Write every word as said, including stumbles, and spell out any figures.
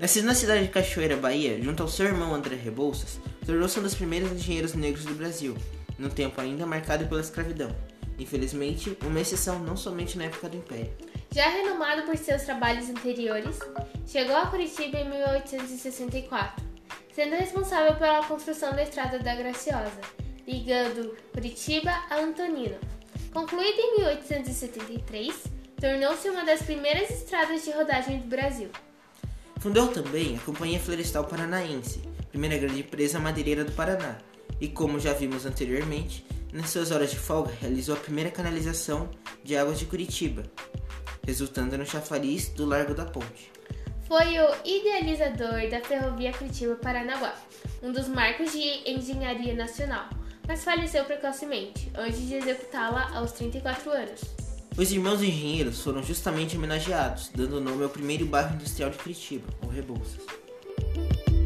Nascido na cidade de Cachoeira, Bahia, junto ao seu irmão André Rebouças, tornou-se um dos primeiros engenheiros negros do Brasil, num tempo ainda marcado pela escravidão. Infelizmente, uma exceção não somente na época do Império. Já renomado por seus trabalhos anteriores, chegou a Curitiba em mil oitocentos e sessenta e quatro, sendo responsável pela construção da Estrada da Graciosa, ligando Curitiba a Antonina. Concluída em mil oitocentos e setenta e três, tornou-se uma das primeiras estradas de rodagem do Brasil. Fundou também a Companhia Florestal Paranaense, primeira grande empresa madeireira do Paraná, e como já vimos anteriormente, nas suas horas de folga realizou a primeira canalização de águas de Curitiba, resultando no chafariz do Largo da Ponte. Foi o idealizador da Ferrovia Curitiba-Paranaguá, um dos marcos de engenharia nacional, mas faleceu precocemente, antes de executá-la aos trinta e quatro anos. Os irmãos engenheiros foram justamente homenageados, dando nome ao primeiro bairro industrial de Curitiba, o Rebouças.